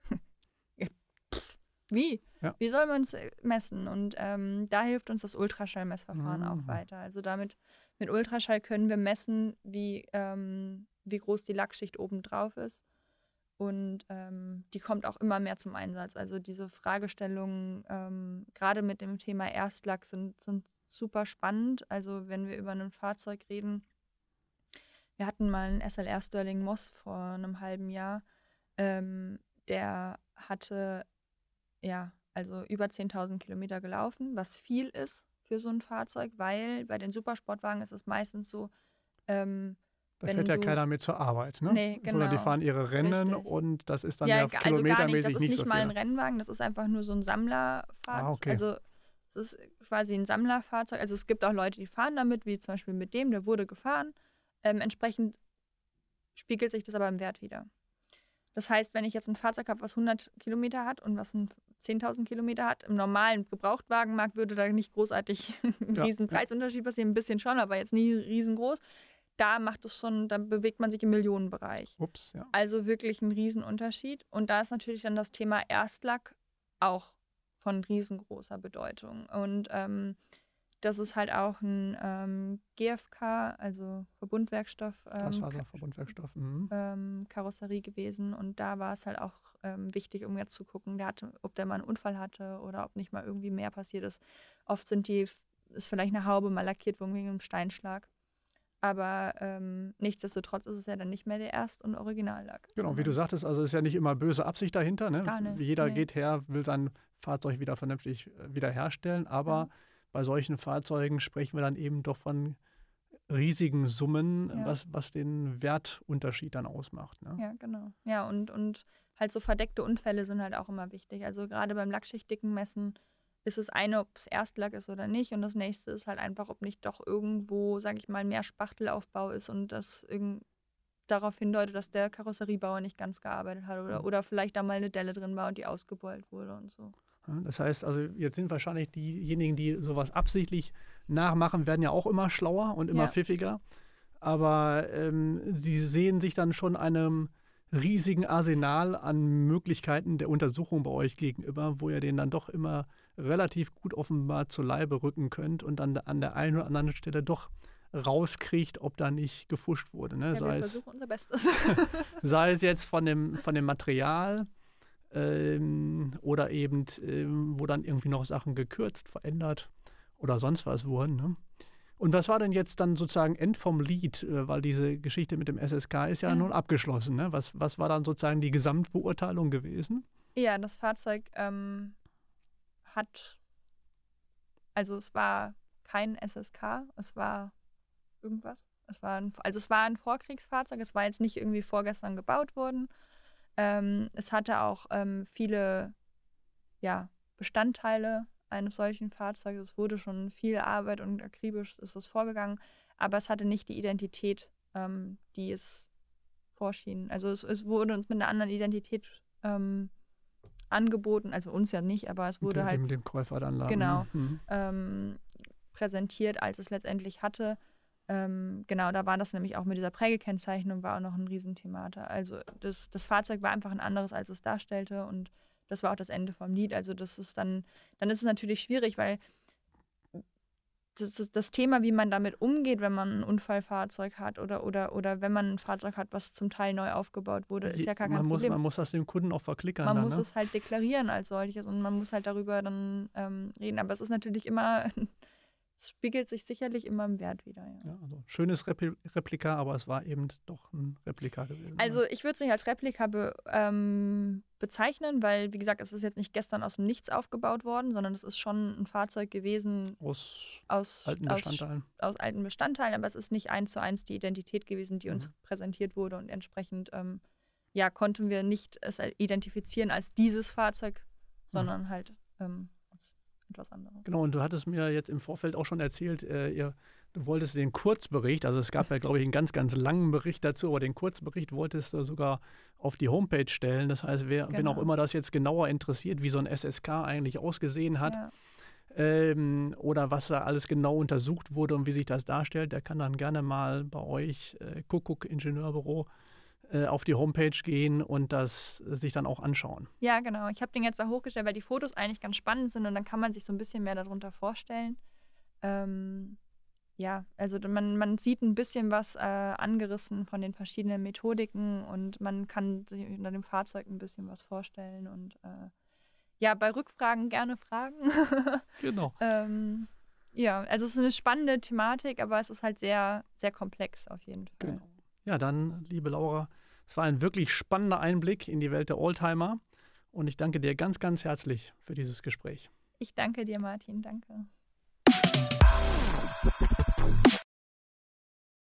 Wie? Ja. Wie soll man es messen? Und ähm, da hilft uns das Ultraschallmessverfahren Mhm. auch weiter. Also damit mit Ultraschall können wir messen, wie, ähm, wie groß die Lackschicht oben drauf ist. Und ähm, die kommt auch immer mehr zum Einsatz. Also diese Fragestellungen, ähm, gerade mit dem Thema Erstlack, sind, sind super spannend. Also wenn wir über ein Fahrzeug reden, wir hatten mal einen S L R Sterling Moss vor einem halben Jahr, ähm, der hatte ja, also über zehntausend Kilometer gelaufen, was viel ist für so ein Fahrzeug, weil bei den Supersportwagen ist es meistens so, ähm, Da wenn fährt ja du- keiner mit zur Arbeit, ne? Nee, Sondern die genau. fahren ihre Rennen Richtig. und das ist dann ja, ja, ga- also gar nicht, kilometermäßig das ist nicht, nicht so mal viel. ein Rennwagen, das ist einfach nur so ein Sammlerfahrzeug. Ah, okay. Also es ist quasi ein Sammlerfahrzeug. Also es gibt auch Leute, die fahren damit, wie zum Beispiel mit dem, der wurde gefahren. Ähm, entsprechend spiegelt sich das aber im Wert wieder. Das heißt, wenn ich jetzt ein Fahrzeug habe, was hundert Kilometer hat und was ein zehntausend Kilometer hat, im normalen Gebrauchtwagenmarkt würde da nicht großartig ein Ja, riesen ja. Preisunterschied passieren, ein bisschen schon, aber jetzt nie riesengroß. Da macht es schon, da bewegt man sich im Millionenbereich. Ups, ja. Also wirklich ein Riesenunterschied. Und da ist natürlich dann das Thema Erstlack auch von riesengroßer Bedeutung. Und ähm, das ist halt auch ein ähm, G F K, also Verbundwerkstoff, ähm, Glasfaserverbundwerkstoff. Mhm. ähm, Karosserie gewesen. Und da war es halt auch ähm, wichtig, um jetzt zu gucken, der hatte, ob der mal einen Unfall hatte oder ob nicht mal irgendwie mehr passiert ist. Oft sind die, ist vielleicht eine Haube mal lackiert worden wegen einem Steinschlag. Aber ähm, nichtsdestotrotz ist es ja dann nicht mehr der Erst- und Originallack. Genau, wie sondern- du sagtest, also ist ja nicht immer böse Absicht dahinter. Ne? Gar nicht, Jeder nee. geht her, will sein Fahrzeug wieder vernünftig äh, wiederherstellen, aber Ja. bei solchen Fahrzeugen sprechen wir dann eben doch von riesigen Summen, Ja. was, was den Wertunterschied dann ausmacht. Ne? Ja, genau. Ja, und, und halt so verdeckte Unfälle sind halt auch immer wichtig. Also gerade beim Lackschichtdickenmessen ist das eine, ob es Erstlack ist oder nicht. Und das nächste ist halt einfach, ob nicht doch irgendwo, sage ich mal, mehr Spachtelaufbau ist und das irgend darauf hindeutet, dass der Karosseriebauer nicht ganz gearbeitet hat oder, oder vielleicht da mal eine Delle drin war und die ausgebeult wurde und so. Ja, das heißt, also jetzt sind wahrscheinlich diejenigen, die sowas absichtlich nachmachen, werden ja auch immer schlauer und immer Ja. pfiffiger. Aber ähm, sie sehen sich dann schon einem riesigen Arsenal an Möglichkeiten der Untersuchung bei euch gegenüber, wo ihr den dann doch immer relativ gut offenbar zu Leibe rücken könnt und dann an der einen oder anderen Stelle doch rauskriegt, ob da nicht gefuscht wurde. Ne? Ja, sei, wir es, versuchen unser Bestes. sei es jetzt von dem, von dem Material ähm, oder eben, ähm, wo dann irgendwie noch Sachen gekürzt, verändert oder sonst was wurden. Ne? Und was war denn jetzt dann sozusagen End vom Lied, äh, weil diese Geschichte mit dem S S K ist ja Mhm. nun abgeschlossen. Ne? Was, was war dann sozusagen die Gesamtbeurteilung gewesen? Ja, das Fahrzeug ähm, hat, also es war kein S S K, es war irgendwas. Es war ein, also es war ein Vorkriegsfahrzeug, es war jetzt nicht irgendwie vorgestern gebaut worden. Ähm, es hatte auch ähm, viele ja, Bestandteile eines solchen Fahrzeuges. Es wurde schon viel Arbeit und akribisch ist es vorgegangen, aber es hatte nicht die Identität, ähm, die es vorschien. Also es, es wurde uns mit einer anderen Identität ähm, angeboten, also uns ja nicht, aber es wurde Mit halt dem, dem Käufer dann da. genau Mhm. ähm, präsentiert, als es letztendlich hatte. Ähm, genau, da war das nämlich auch mit dieser Prägekennzeichnung war auch noch ein Riesenthema. Also das, das Fahrzeug war einfach ein anderes, als es darstellte und das war auch das Ende vom Lied. Also das ist dann, dann ist es natürlich schwierig, weil das, das, das Thema, wie man damit umgeht, wenn man ein Unfallfahrzeug hat oder, oder, oder wenn man ein Fahrzeug hat, was zum Teil neu aufgebaut wurde, ist ja gar kein man muss, Problem. Man muss das dem Kunden auch verklickern. Man dann, muss ne? es halt deklarieren als solches und man muss halt darüber dann ähm, reden. Aber es ist natürlich immer, es spiegelt sich sicherlich immer im Wert wieder. Ja. Ja, also schönes Repli- Replika, aber es war eben doch ein Replika gewesen. Also ich würde es nicht als Replika be, ähm, bezeichnen, weil, wie gesagt, es ist jetzt nicht gestern aus dem Nichts aufgebaut worden, sondern es ist schon ein Fahrzeug gewesen aus aus alten aus, Bestandteilen. aus alten Bestandteilen, aber es ist nicht eins zu eins die Identität gewesen, die uns Mhm. präsentiert wurde und entsprechend ähm, ja, konnten wir nicht es identifizieren als dieses Fahrzeug, sondern halt ähm, als etwas anderes. Genau, und du hattest mir jetzt im Vorfeld auch schon erzählt, äh, ihr, du wolltest den Kurzbericht, also es gab ja, glaube ich, einen ganz, ganz langen Bericht dazu, aber den Kurzbericht wolltest du sogar auf die Homepage stellen. Das heißt, wer, Genau. wen auch immer das jetzt genauer interessiert, wie so ein S S K eigentlich ausgesehen hat, Ja. ähm, oder was da alles genau untersucht wurde und wie sich das darstellt, der kann dann gerne mal bei euch, äh, Kuckuck Ingenieurbüro, äh, auf die Homepage gehen und das äh, sich dann auch anschauen. Ja, genau. Ich habe den jetzt da hochgestellt, weil die Fotos eigentlich ganz spannend sind und dann kann man sich so ein bisschen mehr darunter vorstellen. Ähm, ja, also man, man sieht ein bisschen was äh, angerissen von den verschiedenen Methodiken und man kann sich unter dem Fahrzeug ein bisschen was vorstellen und äh, ja, bei Rückfragen gerne fragen. Genau. ähm, ja, also es ist eine spannende Thematik, aber es ist halt sehr, sehr komplex auf jeden Fall. Genau. Ja, dann, liebe Laura, es war ein wirklich spannender Einblick in die Welt der Oldtimer und ich danke dir ganz, ganz herzlich für dieses Gespräch. Ich danke dir, Martin. Danke.